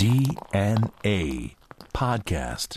DNA Podcast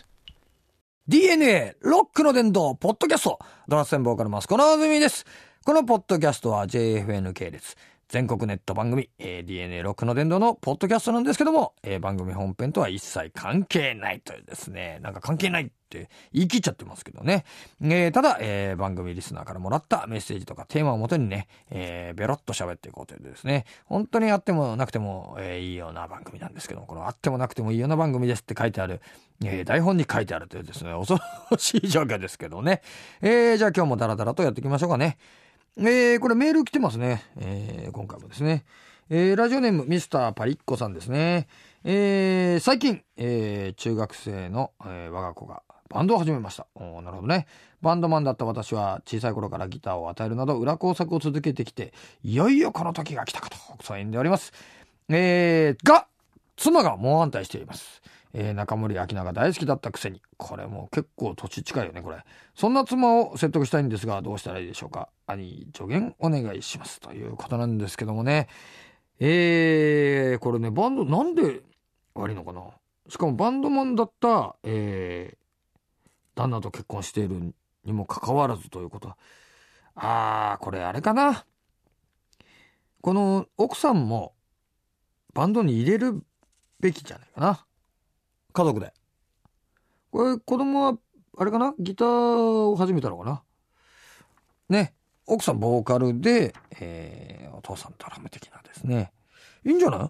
DNA ロックの伝道ポッドキャスト、ドラッセンボーカルマスコのあずみです。このポッドキャストは JFN 系列全国ネット番組、DNA ロックの伝道のポッドキャストなんですけども、番組本編とは一切関係ないというですね、なんか関係ないって言い切っちゃってますけどね、ただ、番組リスナーからもらったメッセージとかテーマをもとにね、ベロッと喋っていこうというですね、本当にあってもなくても、いいような番組なんですけども、このあってもなくてもいいような番組ですって書いてある、台本に書いてあるというですね、恐ろしい状況ですけどね。じゃあ今日もダラダラとやっていきましょうかね。これメール来てますね。今回もですね。ラジオネームミスターパリッコさんですね。最近、中学生の、我が子がバンドを始めました。なるほどね。バンドマンだった私は小さい頃からギターを与えるなど裏工作を続けてきて、いよいよこの時が来たかとそう呼んでおります。が、妻が猛反対しています。中森明菜が大好きだったくせに、これもう結構年近いよねこれ。そんな妻を説得したいんですがどうしたらいいでしょうか。兄助言お願いしますということなんですけどもね。これね、バンドなんで悪いのかな。しかもバンドマンだった、旦那と結婚しているにもかかわらずということは、これあれかな。この奥さんもバンドに入れるべきじゃないかな。家族で。これ子供はあれかな、ギターを始めたのかなね。奥さんボーカルで、お父さんドラム的なですね。いいんじゃない？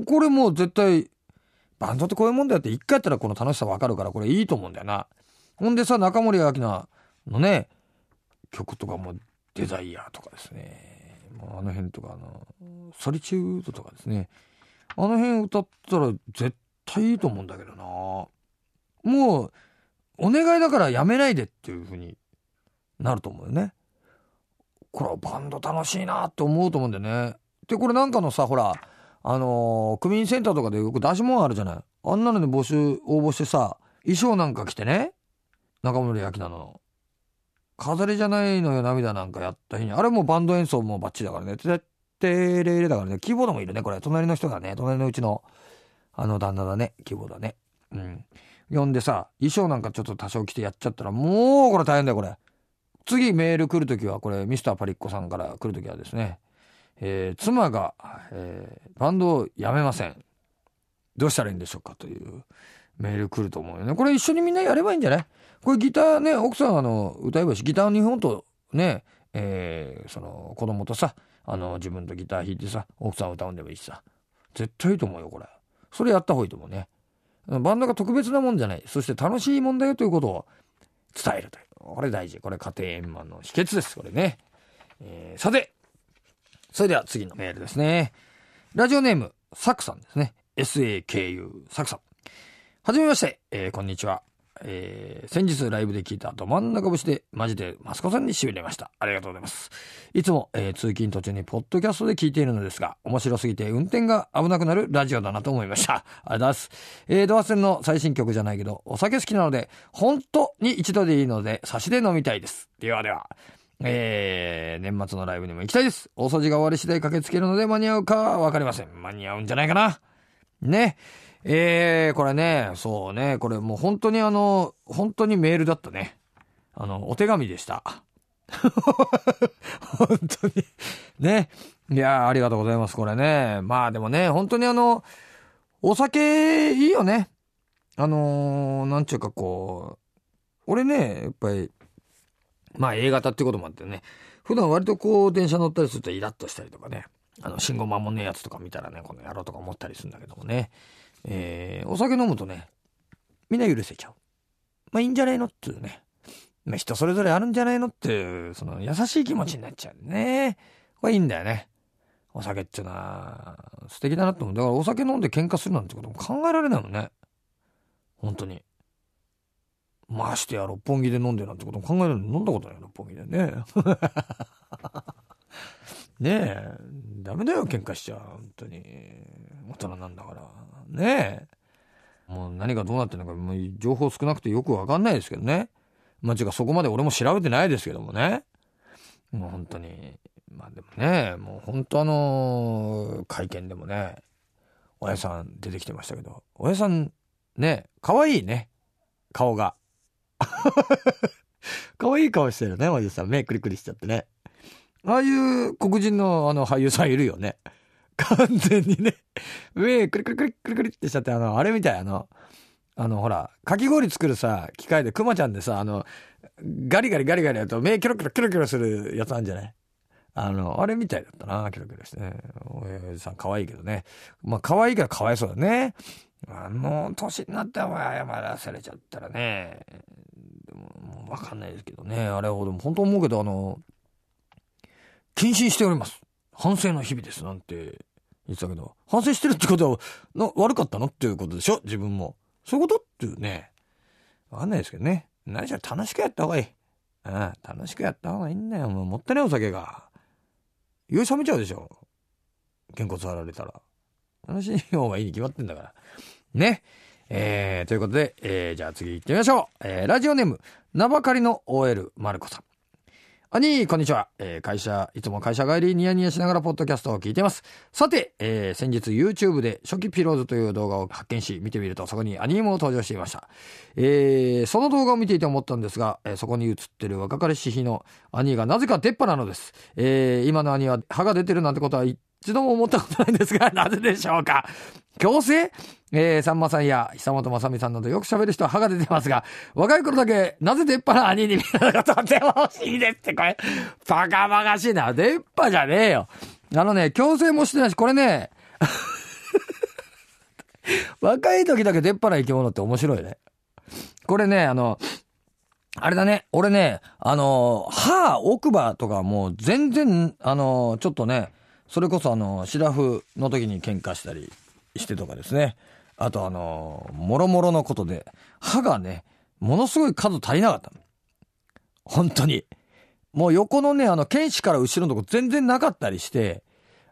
これもう絶対バンドってこういうもんだよって一回やったらこの楽しさわかるから、これいいと思うんだよな。ほんでさ、中森明菜のね曲とかもデザイアとかですね、もうあの辺とかソリチュードとかですね、あの辺歌ったら絶対いいと思うんだけどな。もうお願いだからやめないでっていう風になると思うよね。これはバンド楽しいなって思うと思うんだよね。でこれなんかのさ、ほら区民センターとかでよく出し物あるじゃない。あんなので応募してさ、衣装なんか着てね、中森明菜の飾りじゃないのよ涙なんかやった日に、あれもバンド演奏もバッチリだからね。てれれだからね。キーボードもいるねこれ。隣の人がね、隣のうちの旦那だね、キーボードだね。呼んでさ、衣装なんかちょっと多少着てやっちゃったらもうこれ大変だよこれ。次メール来るときはこれミスターパリッコさんから来るときはですね、妻が、バンドをやめません、どうしたらいいんでしょうかというメール来ると思うよね。これ一緒にみんなやればいいんじゃない？これギターね、奥さん歌えばいいし、ギター日本とね、その子供とさ、自分とギター弾いてさ、奥さん歌うんでもいいしさ、絶対いいと思うよこれ。それやった方がいいと思うね。バンドが特別なもんじゃない、そして楽しいもんだよということを伝えるという、これ大事。これ家庭円満の秘訣ですこれね。さてそれでは次のメールですね。ラジオネームサクさんですね。 SAKU サクさん、はじめまして、こんにちは。先日ライブで聞いたど真ん中節でマジでマスコさんにしびれました。ありがとうございます。いつも、通勤途中にポッドキャストで聞いているのですが、面白すぎて運転が危なくなるラジオだなと思いました。ありがとうございます。ドア線の最新曲じゃないけどお酒好きなので本当に一度でいいので差しで飲みたいです。ではでは、年末のライブにも行きたいです。大掃除が終わり次第駆けつけるので間に合うかは分かりません。間に合うんじゃないかなね。これね、そうね、これもう本当に本当にメールだったね。お手紙でした。本当に。ね。いやー、ありがとうございます、これね。まあでもね、本当にお酒いいよね。なんちゅうかこう、俺ね、やっぱり、まあ A 型ってこともあってね、普段割とこう電車乗ったりするとイラッとしたりとかね、信号守んねえやつとか見たらね、この野郎とか思ったりするんだけどもね。お酒飲むとね、みんな許せちゃう。まあいいんじゃないのっていうね。まあ人それぞれあるんじゃないのっていう、その優しい気持ちになっちゃうね。これいいんだよね。お酒っていうのは素敵だなと思う。だからお酒飲んで喧嘩するなんてことも考えられないもんね。本当に。ましてや六本木で飲んでなんてことも考えられない。飲んだことない六本木でね。ねえ、ダメだよ喧嘩しちゃう。本当に大人なんだからねえ。もう何がどうなってるのかもう情報少なくてよくわかんないですけどね。まあ違う、そこまで俺も調べてないですけどもね。もう本当に、まあでもね、もう本当会見でもね、 おやさん出てきてましたけど、おやさんね、可愛いね、顔が。可愛い顔してるね、おじさん。目クリクリしちゃってね。ああいう黒人の俳優さんいるよね。完全にね。目クリクリクリクリクリってしちゃって、あれみたい、ほら、かき氷作るさ、機械でクマちゃんでさ、ガリガリガリガリやると目キョロキョロキョロキョロするやつあるんじゃない？あれみたいだったな、キョロキョロしてね。おじさん可愛いけどね。まあ可愛いから可哀想だね。年になっては謝らされちゃったらね。でもわかんないですけどね。あれほども本当思うけど、謹慎しております。反省の日々ですなんて言ってたけど、反省してるってことは悪かったのっていうことでしょ、自分も。そういうことっていうね。わかんないですけどね。何しろ楽しくやった方がいい。楽しくやった方がいいんだよ。もったいないお酒が。酔い冷めちゃうでしょ。げんこつ割られたら。楽しい方がいいに決まってんだから。ね。ということで、じゃあ次行ってみましょう。ラジオネーム、名ばかりの OL マルコさん。兄、こんにちは。いつも会社帰りニヤニヤしながらポッドキャストを聞いています。さて、先日 YouTube で初期ピローズという動画を発見し、見てみるとそこに兄も登場していました。その動画を見ていて思ったんですが、そこに映ってる若かりし日の兄がなぜか出っ歯なのです。今の兄は歯が出てるなんてことは一度も思ったことないんですが、なぜでしょうか。強制？さんまさんや久本雅美さんなどよく喋る人は歯が出てますが、若い頃だけなぜ出っ歯な兄に見えなかったとても欲しいですって、これバカバカしいな。出っ歯じゃねえよ。矯正もしてないし、これね若い時だけ出っ歯な生き物って面白いね。これね、あれだね、俺ね、歯奥歯とかもう全然ちょっとね、それこそシラフの時に喧嘩したりしてとかですね。あともろもろのことで、歯がね、ものすごい数足りなかったの。本当に。もう横のね、犬歯から後ろのとこ全然なかったりして、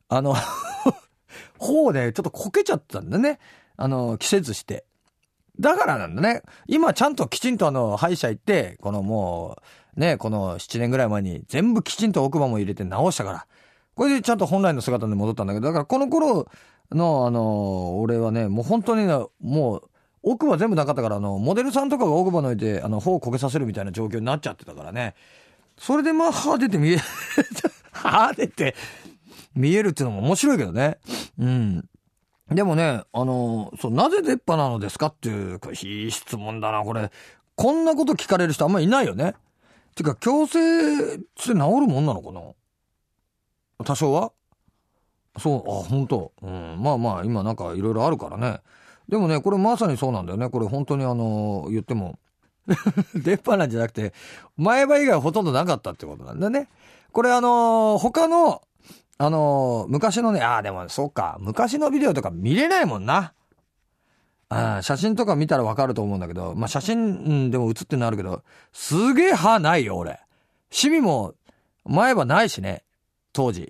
頬でちょっとこけちゃったんだね。季節して。だからなんだね。今ちゃんときちんと歯医者行って、このもう、ね、この7年ぐらい前に全部きちんと奥歯も入れて直したから。これでちゃんと本来の姿に戻ったんだけど、だからこの頃の、俺はね、もう本当にね、もう、奥歯全部なかったから、モデルさんとかが奥歯抜いて、頬をこけさせるみたいな状況になっちゃってたからね。それでまあ、歯出て見え、歯出て見えるっていうのも面白いけどね。うん。でもね、そう、なぜ出っ歯なのですかっていう、いい質問だな、これ。こんなこと聞かれる人あんまいないよね。てか、矯正って治るもんなのかな？多少は？そう、本当。うん。まあまあ、今なんかいろいろあるからね。でもね、これまさにそうなんだよね。これ本当に言っても、出っ歯なんじゃなくて、前歯以外はほとんどなかったってことなんだね。これ他の、昔のね、でもそうか、昔のビデオとか見れないもんな。写真とか見たらわかると思うんだけど、まあ写真、でも写ってるのあるけど、すげえ歯ないよ、俺。シミも前歯ないしね、当時。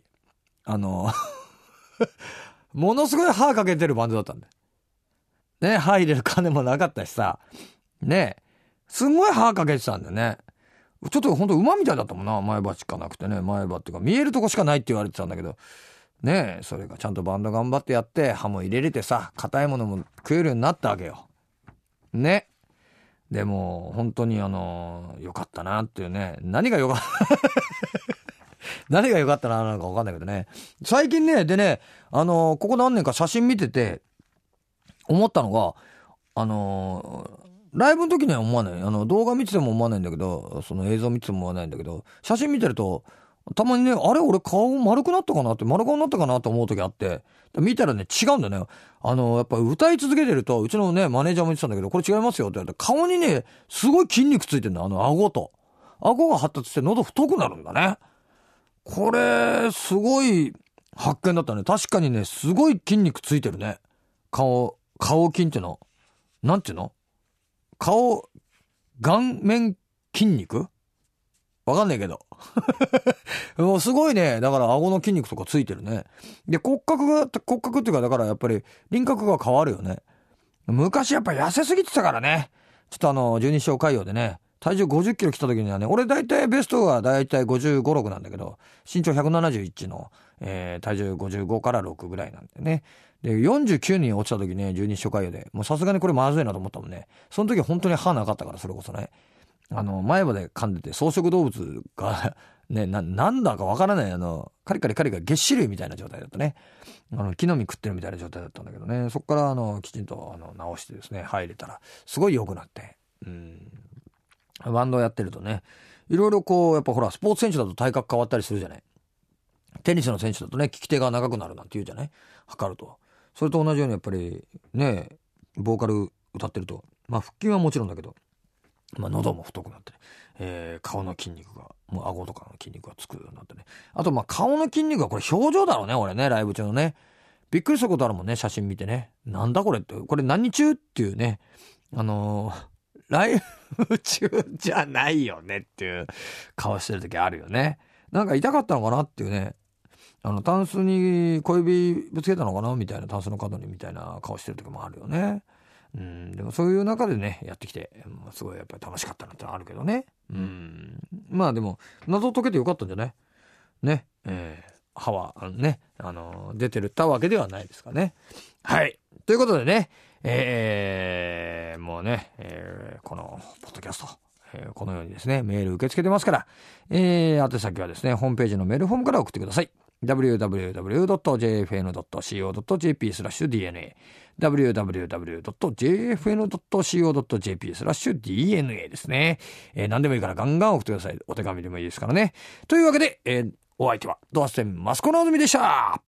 ものすごい歯かけてるバンドだったんだよ。ね、歯入れる金もなかったしさ。ね、すんごい歯かけてたんだよね。ちょっとほんと馬みたいだったもんな。前歯しかなくてね。前歯っていうか見えるとこしかないって言われてたんだけど。ねえ、それがちゃんとバンド頑張ってやって、歯も入れれてさ、硬いものも食えるようになったわけよ。ね。でも、本当に良かったなっていうね。何が良かった何が良かったななんか分かんないけどね。最近ね、でね、ここ何年か写真見てて、思ったのが、ライブの時には思わない。動画見てても思わないんだけど、その映像見てても思わないんだけど、写真見てると、たまにね、あれ俺顔丸くなったかなって、丸顔になったかなと思う時あって、見たらね、違うんだよね。やっぱ歌い続けてると、うちのね、マネージャーも言ってたんだけど、これ違いますよって言われて、顔にね、すごい筋肉ついてるんだ。顎と。顎が発達して喉太くなるんだね。これ、すごい発見だったね。確かにね、すごい筋肉ついてるね。顔筋ってのなんていうの？顔面筋肉？わかんないけど。もうすごいね。だから顎の筋肉とかついてるね。で、骨格っていうか、だからやっぱり輪郭が変わるよね。昔やっぱ痩せすぎてたからね。ちょっと十二指腸潰瘍でね、 体重50キロ来た時にはね、俺大体ベストは大体55、6なんだけど、身長171の、体重55から6ぐらいなんだよね。で、49に落ちた時ね、12初回予で、もうさすがにこれまずいなと思ったもんね。その時本当に歯なかったから、それこそね。前歯で噛んでて、草食動物が、ね、なんだかわからない、カリカリがげっ歯類みたいな状態だったね。木の実食ってるみたいな状態だったんだけどね。そっから、きちんと、直してですね、入れたら、すごい良くなって。バンドやってるとね、いろいろこう、やっぱほら、スポーツ選手だと体格変わったりするじゃない。テニスの選手だとね、利き手が長くなるなんて言うじゃない。測ると。それと同じようにやっぱり、ね、ボーカル歌ってると、まあ腹筋はもちろんだけど、まあ喉も太くなってね、顔の筋肉が、もう顎とかの筋肉がつくようになってね。あとまあ顔の筋肉がこれ表情だろうね、俺ね、ライブ中のね。びっくりすることあるもんね、写真見てね。なんだこれって、これ何中っていうね。ライブ中じゃないよねっていう顔してる時あるよね。なんか痛かったのかなっていうね。タンスに小指ぶつけたのかなみたいな、タンスの角にみたいな顔してる時もあるよね。でもそういう中でね、やってきて、すごいやっぱり楽しかったなってのあるけどね。まあでも、謎解けてよかったんじゃないね。歯は、ね、出てるったわけではないですかね。はい。ということでね、もうね、このポッドキャスト、このようにですね、メール受け付けてますから、宛先はですね、ホームページのメールフォームから送ってください。www.jfn.co.jp/dna www.jfn.co.jp/dna ですね。何でもいいからガンガン送ってください。お手紙でもいいですからね。というわけで、お相手はドアステンマスコナズミでした。